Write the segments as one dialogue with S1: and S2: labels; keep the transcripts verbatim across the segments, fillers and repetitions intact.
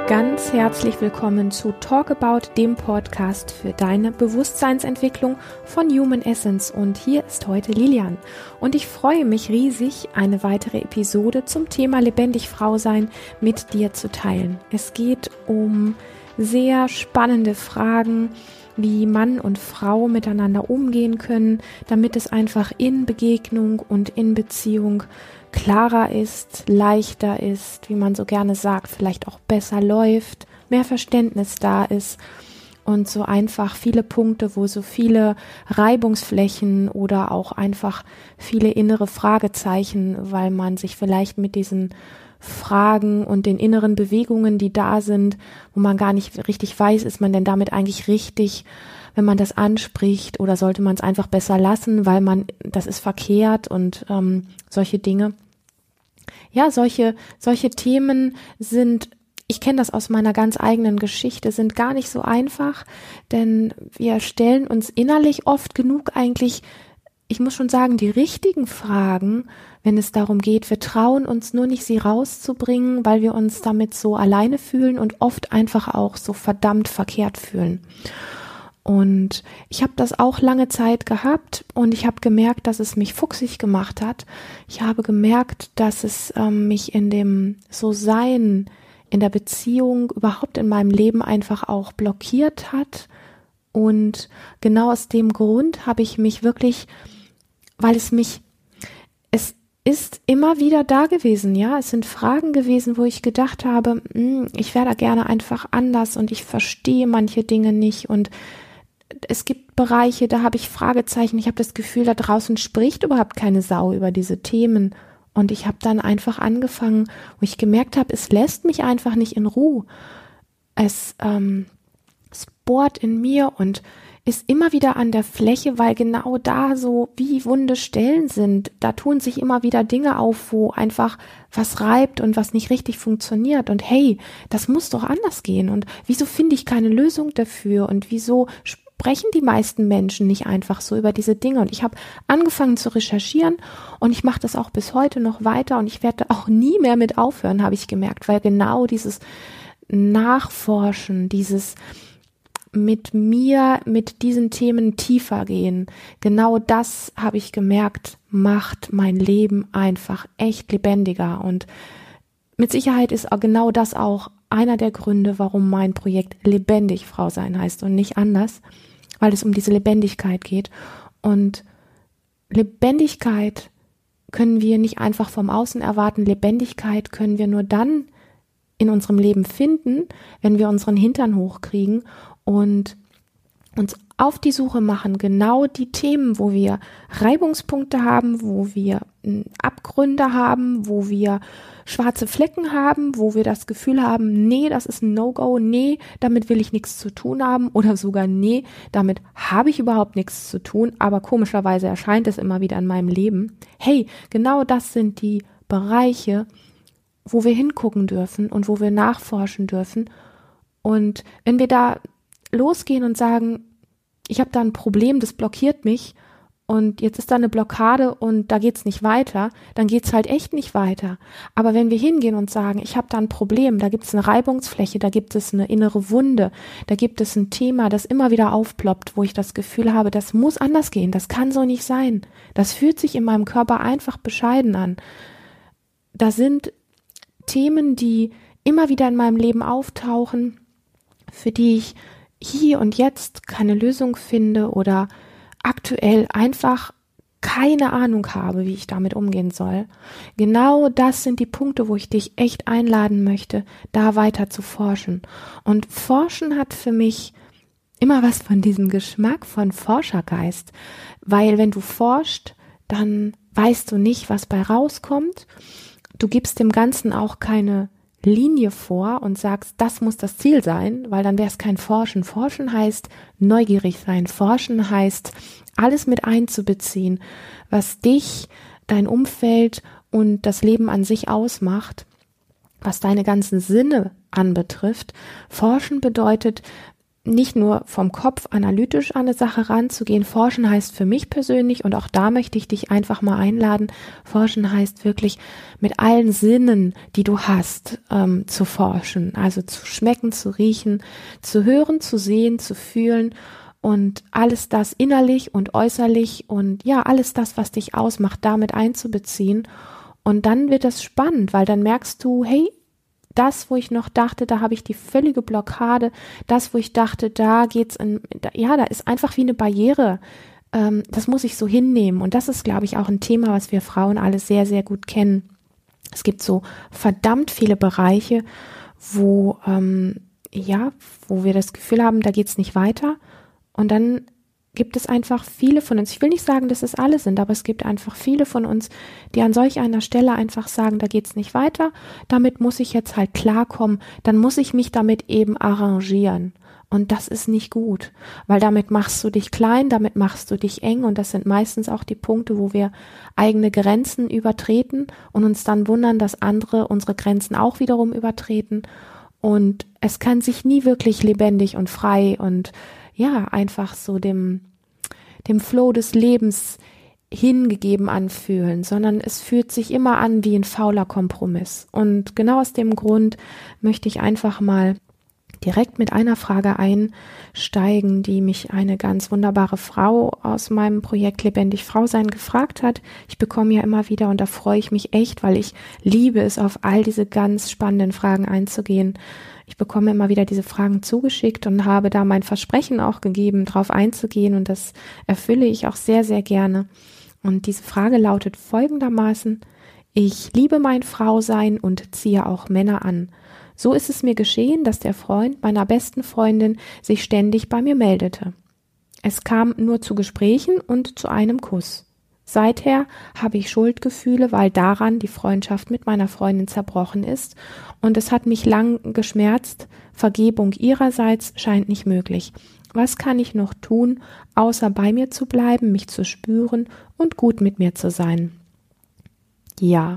S1: Ganz herzlich willkommen zu Talk About, dem Podcast für deine Bewusstseinsentwicklung von Human Essence. Und hier ist heute Lilian. Und ich freue mich riesig, eine weitere Episode zum Thema lebendig Frau sein mit dir zu teilen. Es geht um sehr spannende Fragen, wie Mann und Frau miteinander umgehen können, damit es einfach in Begegnung und in Beziehung klarer ist, leichter ist, wie man so gerne sagt, vielleicht auch besser läuft, mehr Verständnis da ist und so einfach viele Punkte, wo so viele Reibungsflächen oder auch einfach viele innere Fragezeichen, weil man sich vielleicht mit diesen Fragen und den inneren Bewegungen, die da sind, wo man gar nicht richtig weiß, ist man denn damit eigentlich richtig, wenn man das anspricht, oder sollte man es einfach besser lassen, weil man, das ist verkehrt und ähm, solche Dinge. Ja, solche, solche Themen sind, ich kenne das aus meiner ganz eigenen Geschichte, sind gar nicht so einfach, denn wir stellen uns innerlich oft genug eigentlich, ich muss schon sagen, die richtigen Fragen, wenn es darum geht, wir trauen uns nur nicht, sie rauszubringen, weil wir uns damit so alleine fühlen und oft einfach auch so verdammt verkehrt fühlen. Und ich habe das auch lange Zeit gehabt und ich habe gemerkt, dass es mich fuchsig gemacht hat. Ich habe gemerkt, dass es ähm, mich in dem So-Sein, in der Beziehung, überhaupt in meinem Leben einfach auch blockiert hat. Und genau aus dem Grund habe ich mich wirklich, weil es mich, es ist immer wieder da gewesen, ja, es sind Fragen gewesen, wo ich gedacht habe, mh, ich wäre da gerne einfach anders und ich verstehe manche Dinge nicht und es gibt Bereiche, da habe ich Fragezeichen, ich habe das Gefühl, da draußen spricht überhaupt keine Sau über diese Themen. Und ich habe dann einfach angefangen, wo ich gemerkt habe, es lässt mich einfach nicht in Ruhe. Es, ähm, es bohrt in mir und ist immer wieder an der Fläche, weil genau da so wie wunde Stellen sind. Da tun sich immer wieder Dinge auf, wo einfach was reibt und was nicht richtig funktioniert. Und hey, das muss doch anders gehen. Und wieso finde ich keine Lösung dafür? Und wieso sprechen die meisten Menschen nicht einfach so über diese Dinge? Und ich habe angefangen zu recherchieren und ich mache das auch bis heute noch weiter und ich werde auch nie mehr mit aufhören, habe ich gemerkt, weil genau dieses Nachforschen, dieses mit mir, mit diesen Themen tiefer gehen, genau das habe ich gemerkt, macht mein Leben einfach echt lebendiger. Und mit Sicherheit ist genau das auch einer der Gründe, warum mein Projekt Lebendig Frau sein heißt und nicht anders, weil es um diese Lebendigkeit geht. Und Lebendigkeit können wir nicht einfach vom Außen erwarten. Lebendigkeit können wir nur dann in unserem Leben finden, wenn wir unseren Hintern hochkriegen und uns auf die Suche machen, genau die Themen, wo wir Reibungspunkte haben, wo wir Abgründe haben, wo wir schwarze Flecken haben, wo wir das Gefühl haben, nee, das ist ein No-Go, nee, damit will ich nichts zu tun haben oder sogar nee, damit habe ich überhaupt nichts zu tun, aber komischerweise erscheint es immer wieder in meinem Leben. Hey, genau das sind die Bereiche, wo wir hingucken dürfen und wo wir nachforschen dürfen. Und wenn wir da losgehen und sagen, ich habe da ein Problem, das blockiert mich und jetzt ist da eine Blockade und da geht's nicht weiter, dann geht's halt echt nicht weiter. Aber wenn wir hingehen und sagen, ich habe da ein Problem, da gibt es eine Reibungsfläche, da gibt es eine innere Wunde, da gibt es ein Thema, das immer wieder aufploppt, wo ich das Gefühl habe, das muss anders gehen, das kann so nicht sein. Das fühlt sich in meinem Körper einfach bescheiden an. Da sind Themen, die immer wieder in meinem Leben auftauchen, für die ich hier und jetzt keine Lösung finde oder aktuell einfach keine Ahnung habe, wie ich damit umgehen soll. Genau das sind die Punkte, wo ich dich echt einladen möchte, da weiter zu forschen. Und Forschen hat für mich immer was von diesem Geschmack von Forschergeist, weil wenn du forschst, dann weißt du nicht, was bei rauskommt. Du gibst dem Ganzen auch keine Linie vor und sagst, das muss das Ziel sein, weil dann wäre es kein Forschen. Forschen heißt neugierig sein. Forschen heißt, alles mit einzubeziehen, was dich, dein Umfeld und das Leben an sich ausmacht, was deine ganzen Sinne anbetrifft. Forschen bedeutet, nicht nur vom Kopf analytisch an eine Sache ranzugehen. Forschen heißt für mich persönlich, und auch da möchte ich dich einfach mal einladen, Forschen heißt wirklich mit allen Sinnen, die du hast, ähm, zu forschen. Also zu schmecken, zu riechen, zu hören, zu sehen, zu fühlen und alles das innerlich und äußerlich und ja, alles das, was dich ausmacht, damit einzubeziehen. Und dann wird das spannend, weil dann merkst du, hey, das, wo ich noch dachte, da habe ich die völlige Blockade, das, wo ich dachte, da geht's in, da, ja, da ist einfach wie eine Barriere, ähm, das muss ich so hinnehmen. Und das ist, glaube ich, auch ein Thema, was wir Frauen alle sehr, sehr gut kennen. Es gibt so verdammt viele Bereiche, wo, ähm, ja, wo wir das Gefühl haben, da geht's nicht weiter. Und dann gibt es einfach viele von uns, ich will nicht sagen, dass es alle sind, aber es gibt einfach viele von uns, die an solch einer Stelle einfach sagen, da geht's nicht weiter, damit muss ich jetzt halt klarkommen, dann muss ich mich damit eben arrangieren. Und das ist nicht gut, weil damit machst du dich klein, damit machst du dich eng und das sind meistens auch die Punkte, wo wir eigene Grenzen übertreten und uns dann wundern, dass andere unsere Grenzen auch wiederum übertreten. Und es kann sich nie wirklich lebendig und frei und ja, einfach so dem, dem Flow des Lebens hingegeben anfühlen, sondern es fühlt sich immer an wie ein fauler Kompromiss. Und genau aus dem Grund möchte ich einfach mal direkt mit einer Frage einsteigen, die mich eine ganz wunderbare Frau aus meinem Projekt Lebendig Frau Sein gefragt hat. Ich bekomme ja immer wieder und da freue ich mich echt, weil ich liebe es, auf all diese ganz spannenden Fragen einzugehen. Ich bekomme immer wieder diese Fragen zugeschickt und habe da mein Versprechen auch gegeben, drauf einzugehen und das erfülle ich auch sehr, sehr gerne. Und diese Frage lautet folgendermaßen: Ich liebe mein Frausein und ziehe auch Männer an. So ist es mir geschehen, dass der Freund meiner besten Freundin sich ständig bei mir meldete. Es kam nur zu Gesprächen und zu einem Kuss. Seither habe ich Schuldgefühle, weil daran die Freundschaft mit meiner Freundin zerbrochen ist und es hat mich lang geschmerzt. Vergebung ihrerseits scheint nicht möglich. Was kann ich noch tun, außer bei mir zu bleiben, mich zu spüren und gut mit mir zu sein? Ja.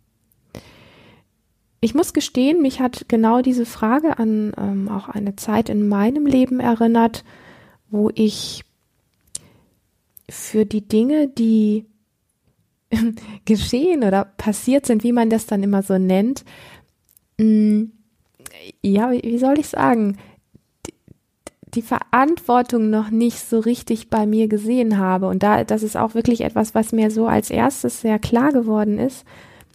S1: Ich muss gestehen, mich hat genau diese Frage an ähm, auch eine Zeit in meinem Leben erinnert, wo ich für die Dinge, die geschehen oder passiert sind, wie man das dann immer so nennt, mh, ja, wie soll ich sagen, die, die Verantwortung noch nicht so richtig bei mir gesehen habe. Und da, das ist auch wirklich etwas, was mir so als erstes sehr klar geworden ist.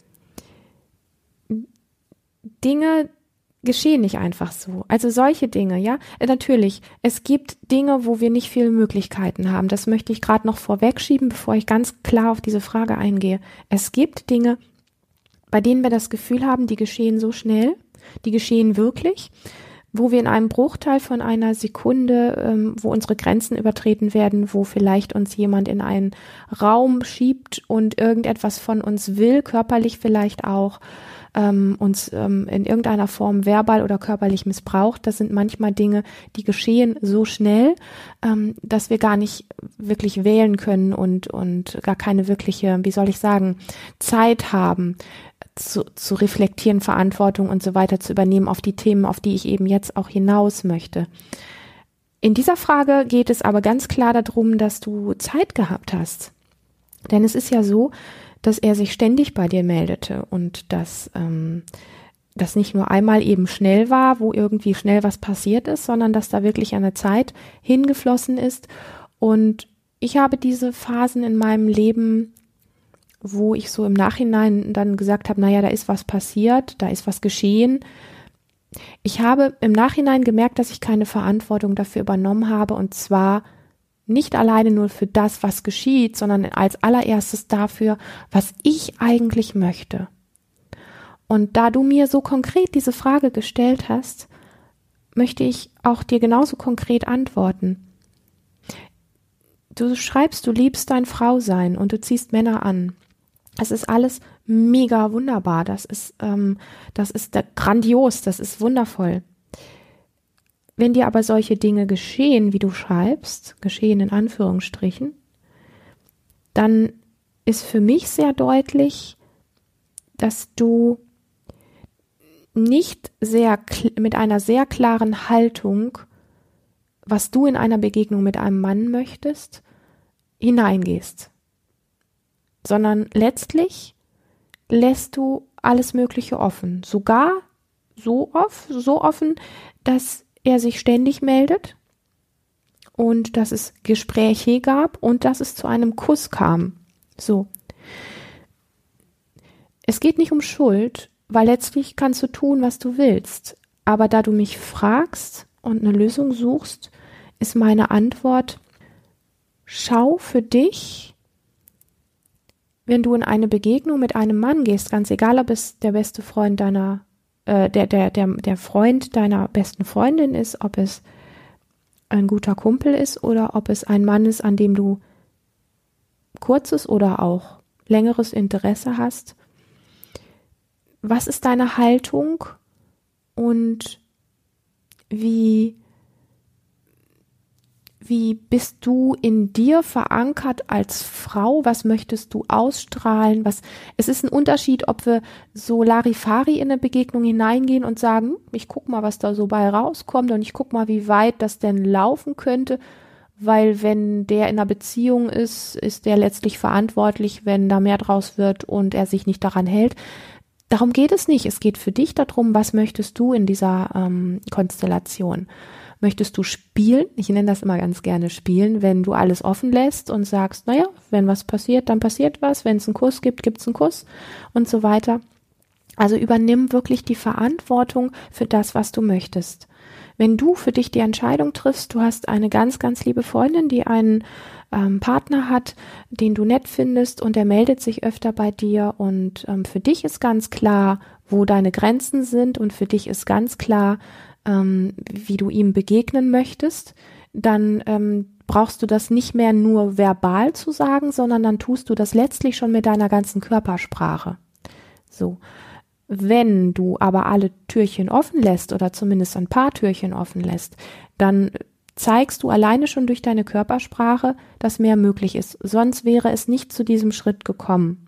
S1: Dinge geschehen nicht einfach so. Also solche Dinge, ja. Natürlich, es gibt Dinge, wo wir nicht viele Möglichkeiten haben. Das möchte ich gerade noch vorwegschieben, bevor ich ganz klar auf diese Frage eingehe. Es gibt Dinge, bei denen wir das Gefühl haben, die geschehen so schnell, die geschehen wirklich, wo wir in einem Bruchteil von einer Sekunde, ähm, wo unsere Grenzen übertreten werden, wo vielleicht uns jemand in einen Raum schiebt und irgendetwas von uns will, körperlich vielleicht auch, ähm, uns ähm, in irgendeiner Form verbal oder körperlich missbraucht. Das sind manchmal Dinge, die geschehen so schnell, ähm, dass wir gar nicht wirklich wählen können und, und gar keine wirkliche, wie soll ich sagen, Zeit haben, Zu, zu reflektieren, Verantwortung und so weiter zu übernehmen auf die Themen, auf die ich eben jetzt auch hinaus möchte. In dieser Frage geht es aber ganz klar darum, dass du Zeit gehabt hast. Denn es ist ja so, dass er sich ständig bei dir meldete und dass ähm, das nicht nur einmal eben schnell war, wo irgendwie schnell was passiert ist, sondern dass da wirklich eine Zeit hingeflossen ist. Und ich habe diese Phasen in meinem Leben, wo ich so im Nachhinein dann gesagt habe, naja, da ist was passiert, da ist was geschehen. Ich habe im Nachhinein gemerkt, dass ich keine Verantwortung dafür übernommen habe und zwar nicht alleine nur für das, was geschieht, sondern als allererstes dafür, was ich eigentlich möchte. Und da du mir so konkret diese Frage gestellt hast, möchte ich auch dir genauso konkret antworten. Du schreibst, du liebst dein Frausein und du ziehst Männer an. Das ist alles mega wunderbar, das ist, ähm, das ist grandios, das ist wundervoll. Wenn dir aber solche Dinge geschehen, wie du schreibst, geschehen in Anführungsstrichen, dann ist für mich sehr deutlich, dass du nicht sehr mit einer sehr klaren Haltung was du in einer Begegnung mit einem Mann möchtest, hineingehst, sondern letztlich lässt du alles Mögliche offen, sogar so oft, so offen, dass er sich ständig meldet und dass es Gespräche gab und dass es zu einem Kuss kam. So. Es geht nicht um Schuld, weil letztlich kannst du tun, was du willst. Aber da du mich fragst und eine Lösung suchst, ist meine Antwort: Schau für dich, wenn du in eine Begegnung mit einem Mann gehst, ganz egal, ob es der beste Freund deiner, äh, der, der, der, der Freund deiner besten Freundin ist, ob es ein guter Kumpel ist oder ob es ein Mann ist, an dem du kurzes oder auch längeres Interesse hast. Was ist deine Haltung und wie Wie bist du in dir verankert als Frau? Was möchtest du ausstrahlen? Was, es ist ein Unterschied, ob wir so Larifari in eine Begegnung hineingehen und sagen, ich guck mal, was da so bei rauskommt und ich guck mal, wie weit das denn laufen könnte, weil wenn der in einer Beziehung ist, ist der letztlich verantwortlich, wenn da mehr draus wird und er sich nicht daran hält. Darum geht es nicht. Es geht für dich darum, was möchtest du in dieser ähm, Konstellation? Möchtest du spielen? Ich nenne das immer ganz gerne spielen, wenn du alles offen lässt und sagst, naja, wenn was passiert, dann passiert was. Wenn es einen Kuss gibt, gibt es einen Kuss und so weiter. Also übernimm wirklich die Verantwortung für das, was du möchtest. Wenn du für dich die Entscheidung triffst, du hast eine ganz, ganz liebe Freundin, die einen ähm, Partner hat, den du nett findest und der meldet sich öfter bei dir und ähm, für dich ist ganz klar, wo deine Grenzen sind und für dich ist ganz klar, ähm, wie du ihm begegnen möchtest, dann ähm, brauchst du das nicht mehr nur verbal zu sagen, sondern dann tust du das letztlich schon mit deiner ganzen Körpersprache. So. Wenn du aber alle Türchen offen lässt oder zumindest ein paar Türchen offen lässt, dann zeigst du alleine schon durch deine Körpersprache, dass mehr möglich ist. Sonst wäre es nicht zu diesem Schritt gekommen.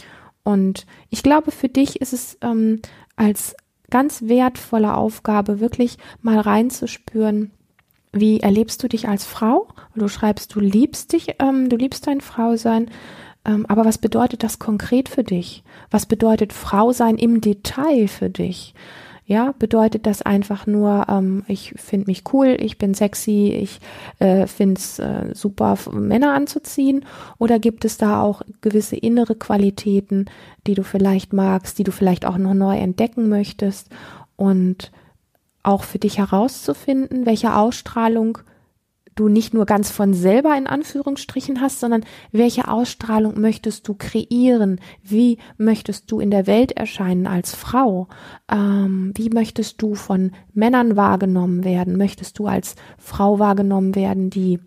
S1: Und ich glaube, für dich ist es ähm, als ganz wertvolle Aufgabe, wirklich mal reinzuspüren, wie erlebst du dich als Frau? Du schreibst, du liebst dich, ähm, du liebst dein Frausein, ähm, aber was bedeutet das konkret für dich? Was bedeutet Frausein im Detail für dich? Ja, bedeutet das einfach nur, ähm, ich finde mich cool, ich bin sexy, ich äh, finde es äh, super, Männer anzuziehen? Oder gibt es da auch gewisse innere Qualitäten, die du vielleicht magst, die du vielleicht auch noch neu entdecken möchtest und auch für dich herauszufinden, welche Ausstrahlung du nicht nur ganz von selber in Anführungsstrichen hast, sondern welche Ausstrahlung möchtest du kreieren? Wie möchtest du in der Welt erscheinen als Frau? Ähm, wie möchtest du von Männern wahrgenommen werden? Möchtest du als Frau wahrgenommen werden, die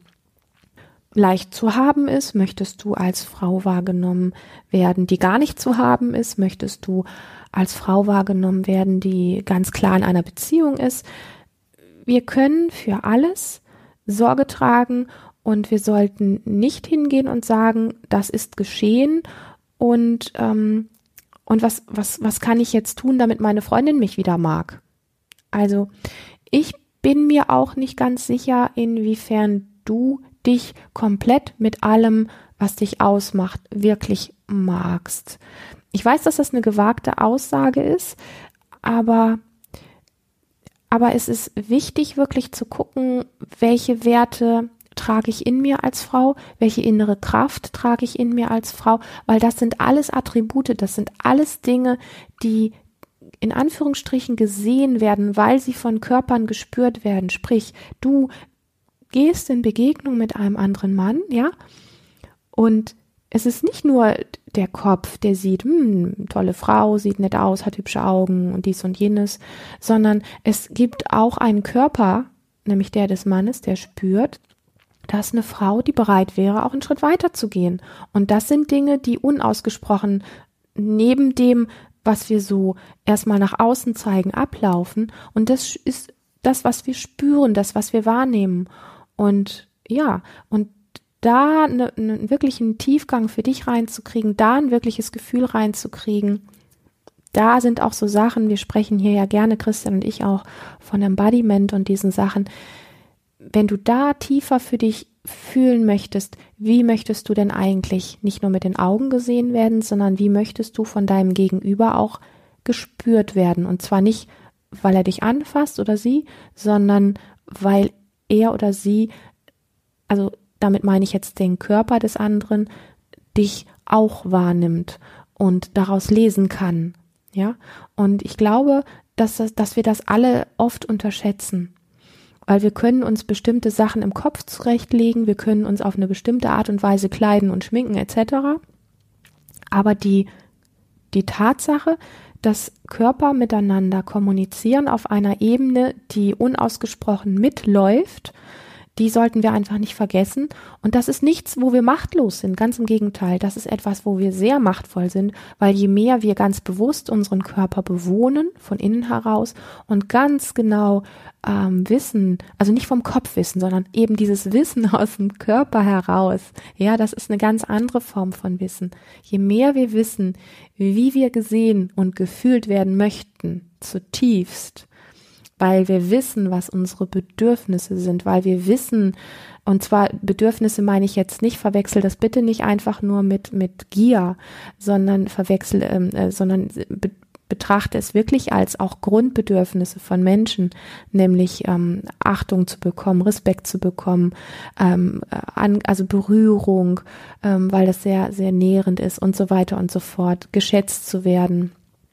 S1: leicht zu haben ist? Möchtest du als Frau wahrgenommen werden, die gar nicht zu haben ist? Möchtest du als Frau wahrgenommen werden, die ganz klar in einer Beziehung ist? Wir können für alles Sorge tragen und wir sollten nicht hingehen und sagen, das ist geschehen und ähm, und was was was kann ich jetzt tun, damit meine Freundin mich wieder mag? Also ich bin mir auch nicht ganz sicher, inwiefern du dich komplett mit allem, was dich ausmacht, wirklich magst. Ich weiß, dass das eine gewagte Aussage ist, aber Aber es ist wichtig, wirklich zu gucken, welche Werte trage ich in mir als Frau, welche innere Kraft trage ich in mir als Frau, weil das sind alles Attribute, das sind alles Dinge, die in Anführungsstrichen gesehen werden, weil sie von Körpern gespürt werden. Sprich, du gehst in Begegnung mit einem anderen Mann, ja, und es ist nicht nur der Kopf, der sieht, hm, tolle Frau, sieht nett aus, hat hübsche Augen und dies und jenes, sondern es gibt auch einen Körper, nämlich der des Mannes, der spürt, dass eine Frau, die bereit wäre, auch einen Schritt weiter zu gehen. Und das sind Dinge, die unausgesprochen neben dem, was wir so erstmal nach außen zeigen, ablaufen. Und das ist das, was wir spüren, das, was wir wahrnehmen. Und ja, und da ne, ne, wirklich einen Tiefgang für dich reinzukriegen, da ein wirkliches Gefühl reinzukriegen, da sind auch so Sachen, wir sprechen hier ja gerne, Christian und ich auch, von Embodiment und diesen Sachen. wenn du da tiefer für dich fühlen möchtest, wie möchtest du denn eigentlich nicht nur mit den Augen gesehen werden, sondern wie möchtest du von deinem Gegenüber auch gespürt werden? Und zwar nicht, weil er dich anfasst oder sie, sondern weil er oder sie, also damit meine ich jetzt den Körper des anderen, dich auch wahrnimmt und daraus lesen kann. Ja? Und ich glaube, dass, das, dass wir das alle oft unterschätzen. Weil wir können uns bestimmte Sachen im Kopf zurechtlegen, wir können uns auf eine bestimmte Art und Weise kleiden und schminken et cetera. Aber die, die Tatsache, dass Körper miteinander kommunizieren auf einer Ebene, die unausgesprochen mitläuft, die sollten wir einfach nicht vergessen. Und das ist nichts, wo wir machtlos sind. Ganz im Gegenteil. Das ist etwas, wo wir sehr machtvoll sind, weil je mehr wir ganz bewusst unseren Körper bewohnen, von innen heraus und ganz genau ähm, wissen, also nicht vom Kopf wissen, sondern eben dieses Wissen aus dem Körper heraus. Ja, das ist eine ganz andere Form von Wissen. Je mehr wir wissen, wie wir gesehen und gefühlt werden möchten, zutiefst, weil wir wissen, was unsere Bedürfnisse sind, weil wir wissen, und zwar Bedürfnisse meine ich jetzt nicht, verwechsel das bitte nicht einfach nur mit mit Gier, sondern verwechsel, äh, sondern be, betrachte es wirklich als auch Grundbedürfnisse von Menschen, nämlich ähm, Achtung zu bekommen, Respekt zu bekommen, ähm, an, also Berührung, ähm, weil das sehr sehr nährend ist und so weiter und so fort, geschätzt zu werden.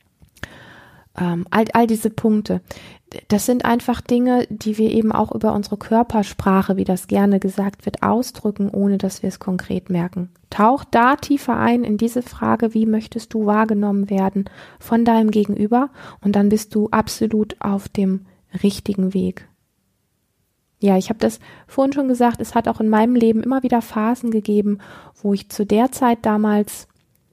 S1: Ähm, all, all diese Punkte, das sind einfach Dinge, die wir eben auch über unsere Körpersprache, wie das gerne gesagt wird, ausdrücken, ohne dass wir es konkret merken. Tauch da tiefer ein in diese Frage, wie möchtest du wahrgenommen werden von deinem Gegenüber, und dann bist du absolut auf dem richtigen Weg. Ja, ich habe das vorhin schon gesagt, es hat auch in meinem Leben immer wieder Phasen gegeben, wo ich zu der Zeit damals,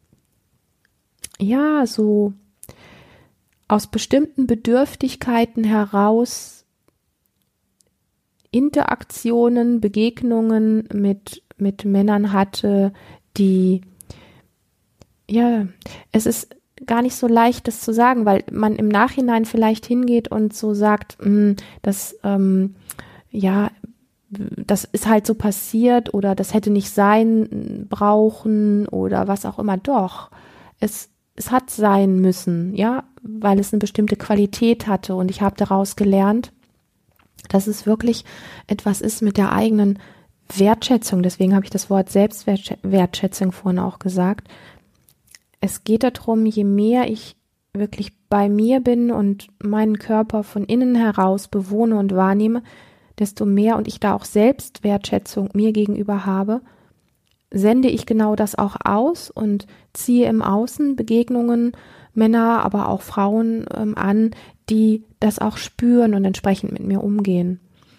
S1: ja, so aus bestimmten Bedürftigkeiten heraus Interaktionen, Begegnungen mit, mit Männern hatte, die, ja, es ist gar nicht so leicht, das zu sagen, weil man im Nachhinein vielleicht hingeht und so sagt, mh, das, ähm, ja, das ist halt so passiert oder das hätte nicht sein brauchen oder was auch immer. Doch, es Es hat sein müssen, ja, weil es eine bestimmte Qualität hatte, und ich habe daraus gelernt, dass es wirklich etwas ist mit der eigenen Wertschätzung. Deswegen habe ich das Wort Selbstwertschätzung vorhin auch gesagt. Es geht darum, je mehr ich wirklich bei mir bin und meinen Körper von innen heraus bewohne und wahrnehme, desto mehr, und ich da auch Selbstwertschätzung mir gegenüber habe, sende ich genau das auch aus und ziehe im Außen Begegnungen, Männer, aber auch Frauen ähm, an, die das auch spüren und entsprechend mit mir umgehen.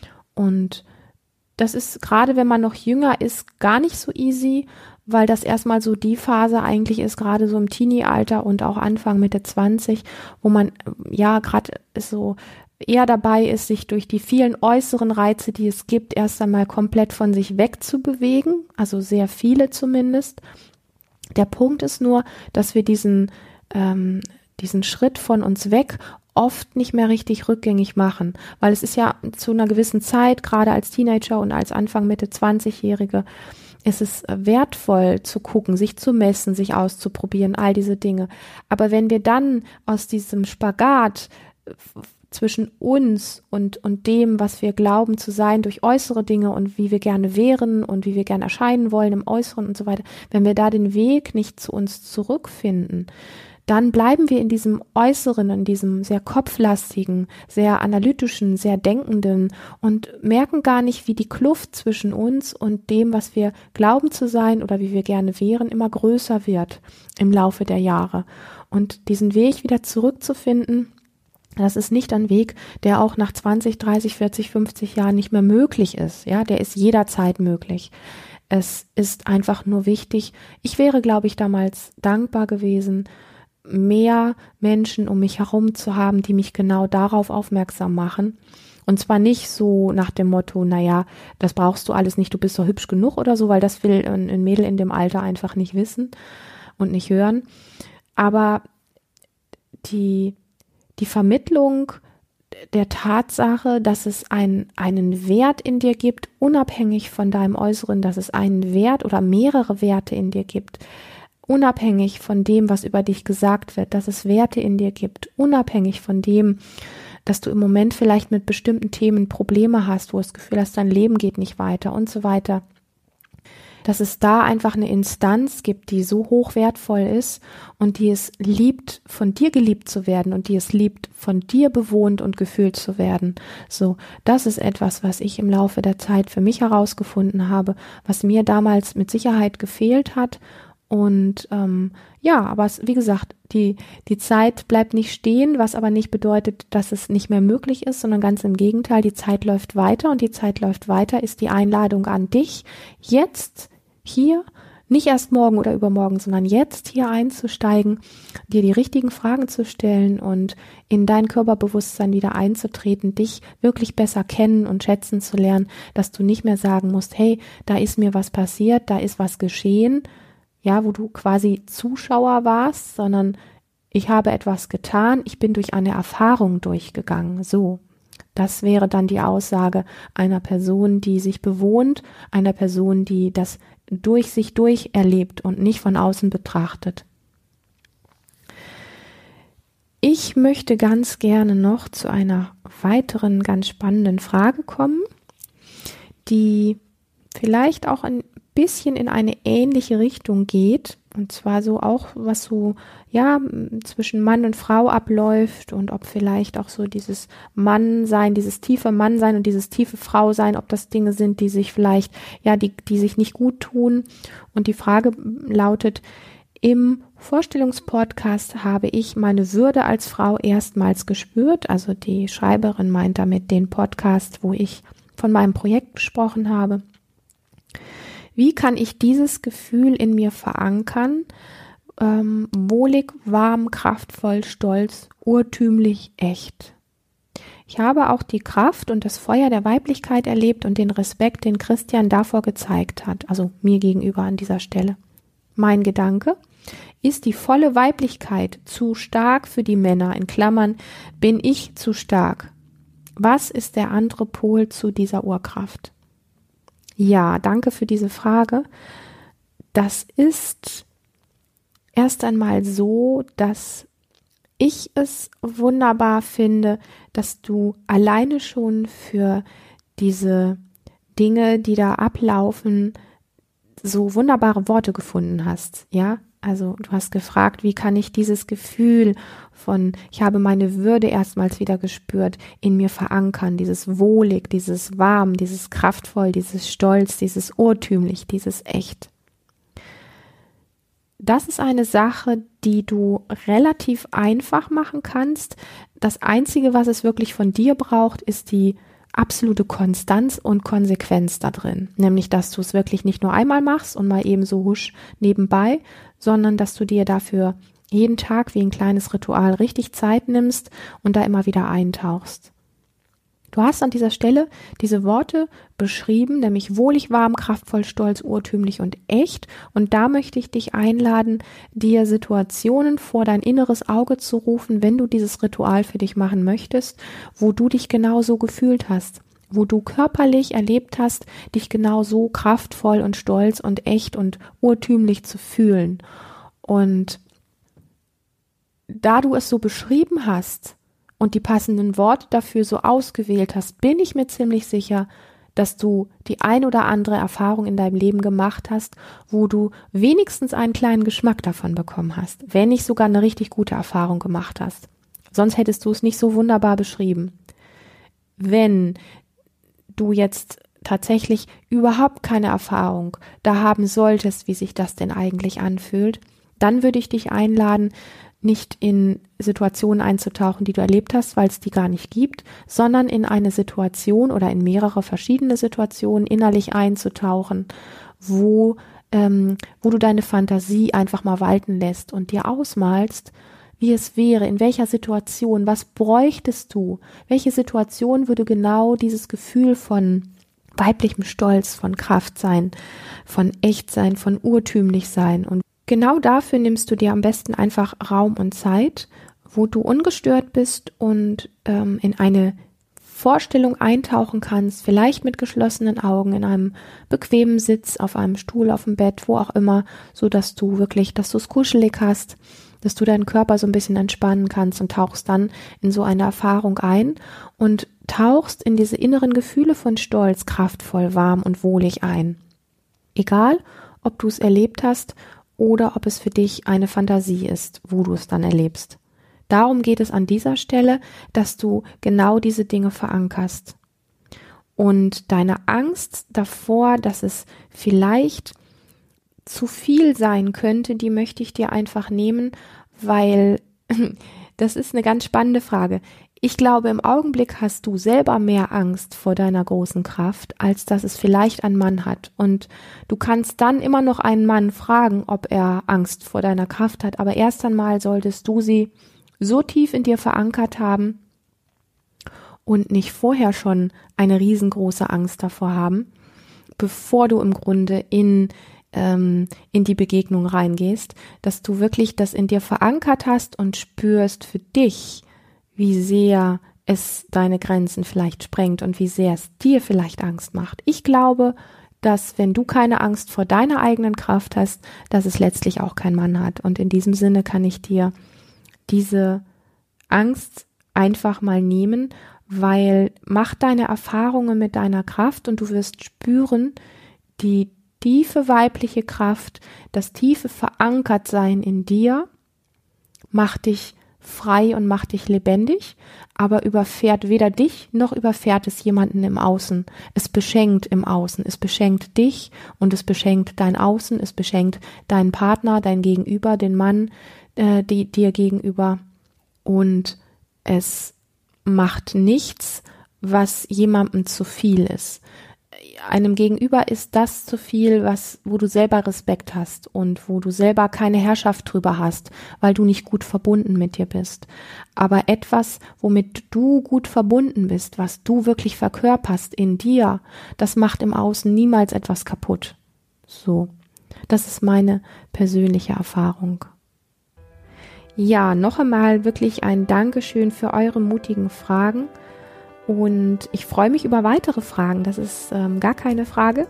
S1: Und das ist, gerade wenn man noch jünger ist, gar nicht so easy, weil das erstmal so die Phase eigentlich ist, gerade so im Teenie-Alter und auch Anfang Mitte zwanzig, wo man ja gerade so eher dabei ist, sich durch die vielen äußeren Reize, die es gibt, erst einmal komplett von sich wegzubewegen, also sehr viele zumindest. Der Punkt ist nur, dass wir diesen, ähm, diesen Schritt von uns weg oft nicht mehr richtig rückgängig machen, weil es ist ja zu einer gewissen Zeit, gerade als Teenager und als Anfang Mitte zwanzigjährige, ist es wertvoll zu gucken, sich zu messen, sich auszuprobieren, all diese Dinge. Aber wenn wir dann aus diesem Spagat zwischen uns und, und dem, was wir glauben zu sein durch äußere Dinge und wie wir gerne wären und wie wir gerne erscheinen wollen im Äußeren und so weiter, wenn wir da den Weg nicht zu uns zurückfinden, dann bleiben wir in diesem Äußeren, in diesem sehr kopflastigen, sehr analytischen, sehr denkenden und merken gar nicht, wie die Kluft zwischen uns und dem, was wir glauben zu sein oder wie wir gerne wären, immer größer wird im Laufe der Jahre. Und diesen Weg wieder zurückzufinden, das ist nicht ein Weg, der auch nach zwanzig, dreißig, vierzig, fünfzig Jahren nicht mehr möglich ist. Ja, der ist jederzeit möglich. Es ist einfach nur wichtig. Ich wäre, glaube ich, damals dankbar gewesen, mehr Menschen um mich herum zu haben, die mich genau darauf aufmerksam machen. Und zwar nicht so nach dem Motto, naja, das brauchst du alles nicht, du bist doch hübsch genug oder so, weil das will ein, ein Mädel in dem Alter einfach nicht wissen und nicht hören. Aber die Die Vermittlung der Tatsache, dass es ein, einen Wert in dir gibt, unabhängig von deinem Äußeren, dass es einen Wert oder mehrere Werte in dir gibt, unabhängig von dem, was über dich gesagt wird, dass es Werte in dir gibt, unabhängig von dem, dass du im Moment vielleicht mit bestimmten Themen Probleme hast, wo du das Gefühl hast, dein Leben geht nicht weiter und so weiter. Dass es da einfach eine Instanz gibt, die so hochwertvoll ist und die es liebt, von dir geliebt zu werden und die es liebt, von dir bewohnt und gefühlt zu werden. So, das ist etwas, was ich im Laufe der Zeit für mich herausgefunden habe, was mir damals mit Sicherheit gefehlt hat. Und ähm, ja, aber es, wie gesagt, die, die Zeit bleibt nicht stehen, was aber nicht bedeutet, dass es nicht mehr möglich ist, sondern ganz im Gegenteil, die Zeit läuft weiter und die Zeit läuft weiter ist die Einladung an dich, jetzt hier, nicht erst morgen oder übermorgen, sondern jetzt hier einzusteigen, dir die richtigen Fragen zu stellen und in dein Körperbewusstsein wieder einzutreten, dich wirklich besser kennen und schätzen zu lernen, dass du nicht mehr sagen musst, hey, da ist mir was passiert, da ist was geschehen, ja, wo du quasi Zuschauer warst, sondern ich habe etwas getan, ich bin durch eine Erfahrung durchgegangen, so. Das wäre dann die Aussage einer Person, die sich bewohnt, einer Person, die das durch sich durch erlebt und nicht von außen betrachtet. Ich möchte ganz gerne noch zu einer weiteren ganz spannenden Frage kommen, die vielleicht auch ein bisschen in eine ähnliche Richtung geht, und zwar so auch, was so, ja, zwischen Mann und Frau abläuft und ob vielleicht auch so dieses Mannsein, dieses tiefe Mannsein und dieses tiefe Frausein, ob das Dinge sind, die sich vielleicht, ja, die, die sich nicht gut tun. Und die Frage lautet, im Vorstellungspodcast habe ich meine Würde als Frau erstmals gespürt. Also die Schreiberin meint damit den Podcast, wo ich von meinem Projekt gesprochen habe. Wie kann ich dieses Gefühl in mir verankern? Ähm, wohlig, warm, kraftvoll, stolz, urtümlich, echt. Ich habe auch die Kraft und das Feuer der Weiblichkeit erlebt und den Respekt, den Christian davor gezeigt hat, also mir gegenüber an dieser Stelle. Mein Gedanke: Ist die volle Weiblichkeit zu stark für die Männer? In Klammern, bin ich zu stark? Was ist der andere Pol zu dieser Urkraft? Ja, danke für diese Frage. Das ist erst einmal so, dass ich es wunderbar finde, dass du alleine schon für diese Dinge, die da ablaufen, so wunderbare Worte gefunden hast, ja? Also du hast gefragt, wie kann ich dieses Gefühl von, ich habe meine Würde erstmals wieder gespürt, in mir verankern, dieses wohlig, dieses warm, dieses kraftvoll, dieses stolz, dieses urtümlich, dieses echt. Das ist eine Sache, die du relativ einfach machen kannst. Das Einzige, was es wirklich von dir braucht, ist die absolute Konstanz und Konsequenz da drin. Nämlich, dass du es wirklich nicht nur einmal machst und mal eben so husch nebenbei, sondern dass du dir dafür jeden Tag wie ein kleines Ritual richtig Zeit nimmst und da immer wieder eintauchst. Du hast an dieser Stelle diese Worte beschrieben, nämlich wohlig, warm, kraftvoll, stolz, urtümlich und echt. Und da möchte ich dich einladen, dir Situationen vor dein inneres Auge zu rufen, wenn du dieses Ritual für dich machen möchtest, wo du dich genau so gefühlt hast, wo du körperlich erlebt hast, dich genau so kraftvoll und stolz und echt und urtümlich zu fühlen. Und da du es so beschrieben hast, und die passenden Worte dafür so ausgewählt hast, bin ich mir ziemlich sicher, dass du die ein oder andere Erfahrung in deinem Leben gemacht hast, wo du wenigstens einen kleinen Geschmack davon bekommen hast, wenn nicht sogar eine richtig gute Erfahrung gemacht hast. Sonst hättest du es nicht so wunderbar beschrieben. Wenn du jetzt tatsächlich überhaupt keine Erfahrung da haben solltest, wie sich das denn eigentlich anfühlt, dann würde ich dich einladen, nicht in Situationen einzutauchen, die du erlebt hast, weil es die gar nicht gibt, sondern in eine Situation oder in mehrere verschiedene Situationen innerlich einzutauchen, wo, ähm, wo du deine Fantasie einfach mal walten lässt und dir ausmalst, wie es wäre, in welcher Situation, was bräuchtest du, welche Situation würde genau dieses Gefühl von weiblichem Stolz, von Kraft sein, von echt sein, von urtümlich sein. Und genau dafür nimmst du dir am besten einfach Raum und Zeit, wo du ungestört bist und ähm, in eine Vorstellung eintauchen kannst, vielleicht mit geschlossenen Augen, in einem bequemen Sitz, auf einem Stuhl, auf dem Bett, wo auch immer, so dass du wirklich, dass du es kuschelig hast, dass du deinen Körper so ein bisschen entspannen kannst und tauchst dann in so eine Erfahrung ein und tauchst in diese inneren Gefühle von Stolz kraftvoll, warm und wohlig ein. Egal, ob du es erlebt hast oder ob es für dich eine Fantasie ist, wo du es dann erlebst. Darum geht es an dieser Stelle, dass du genau diese Dinge verankerst. Und deine Angst davor, dass es vielleicht zu viel sein könnte, die möchte ich dir einfach nehmen, weil das ist eine ganz spannende Frage. Ich glaube, im Augenblick hast du selber mehr Angst vor deiner großen Kraft, als dass es vielleicht ein Mann hat. Und du kannst dann immer noch einen Mann fragen, ob er Angst vor deiner Kraft hat. Aber erst einmal solltest du sie so tief in dir verankert haben und nicht vorher schon eine riesengroße Angst davor haben, bevor du im Grunde in ähm, in die Begegnung reingehst, dass du wirklich das in dir verankert hast und spürst für dich, wie sehr es deine Grenzen vielleicht sprengt und wie sehr es dir vielleicht Angst macht. Ich glaube, dass wenn du keine Angst vor deiner eigenen Kraft hast, dass es letztlich auch kein Mann hat. Und in diesem Sinne kann ich dir diese Angst einfach mal nehmen, weil mach deine Erfahrungen mit deiner Kraft und du wirst spüren, die tiefe weibliche Kraft, das tiefe Verankertsein in dir macht dich frei und macht dich lebendig, aber überfährt weder dich noch überfährt es jemanden im Außen. Es beschenkt im Außen, es beschenkt dich und es beschenkt dein Außen, es beschenkt deinen Partner, dein Gegenüber, den Mann, äh, die, dir gegenüber. Und es macht nichts, was jemandem zu viel ist. Einem Gegenüber ist das zu viel, was, wo du selber Respekt hast und wo du selber keine Herrschaft drüber hast, weil du nicht gut verbunden mit dir bist. Aber etwas, womit du gut verbunden bist, was du wirklich verkörperst in dir, das macht im Außen niemals etwas kaputt. So, das ist meine persönliche Erfahrung. Ja, noch einmal wirklich ein Dankeschön für eure mutigen Fragen. Und ich freue mich über weitere Fragen, das ist ähm, gar keine Frage.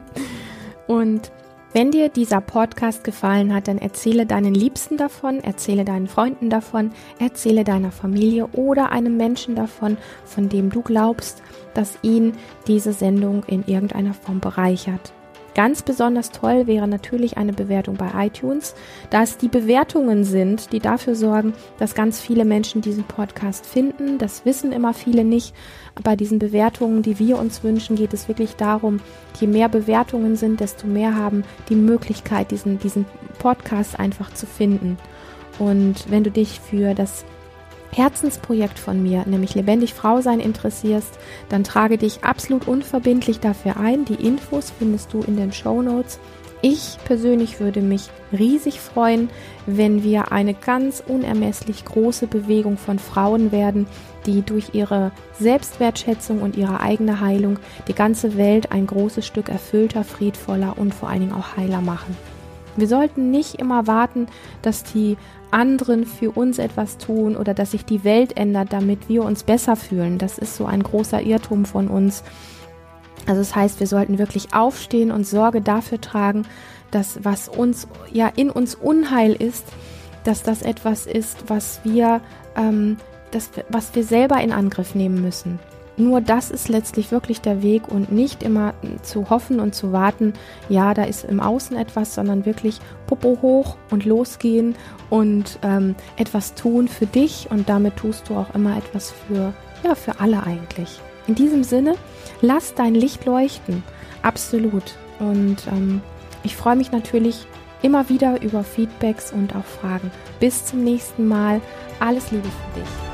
S1: Und wenn dir dieser Podcast gefallen hat, dann erzähle deinen Liebsten davon, erzähle deinen Freunden davon, erzähle deiner Familie oder einem Menschen davon, von dem du glaubst, dass ihn diese Sendung in irgendeiner Form bereichert. Ganz besonders toll wäre natürlich eine Bewertung bei iTunes, da es die Bewertungen sind, die dafür sorgen, dass ganz viele Menschen diesen Podcast finden. Das wissen immer viele nicht. Bei diesen Bewertungen, die wir uns wünschen, geht es wirklich darum, je mehr Bewertungen sind, desto mehr haben die Möglichkeit, diesen, diesen Podcast einfach zu finden. Und wenn du dich für das Herzensprojekt von mir, nämlich Lebendig Frau sein, interessierst, dann trage dich absolut unverbindlich dafür ein. Die Infos findest du in den Shownotes. Ich persönlich würde mich riesig freuen, wenn wir eine ganz unermesslich große Bewegung von Frauen werden, die durch ihre Selbstwertschätzung und ihre eigene Heilung die ganze Welt ein großes Stück erfüllter, friedvoller und vor allen Dingen auch heiler machen. Wir sollten nicht immer warten, dass die anderen für uns etwas tun oder dass sich die Welt ändert, damit wir uns besser fühlen. Das ist so ein großer Irrtum von uns. Also das heißt, wir sollten wirklich aufstehen und Sorge dafür tragen, dass was uns ja in uns Unheil ist, dass das etwas ist, was wir, ähm, das, was wir selber in Angriff nehmen müssen. Nur das ist letztlich wirklich der Weg und nicht immer zu hoffen und zu warten, ja, da ist im Außen etwas, sondern wirklich Popo hoch und losgehen und ähm, etwas tun für dich und damit tust du auch immer etwas für, ja, für alle eigentlich. In diesem Sinne, lass dein Licht leuchten, absolut. Und ähm, ich freue mich natürlich immer wieder über Feedbacks und auch Fragen. Bis zum nächsten Mal, alles Liebe für dich.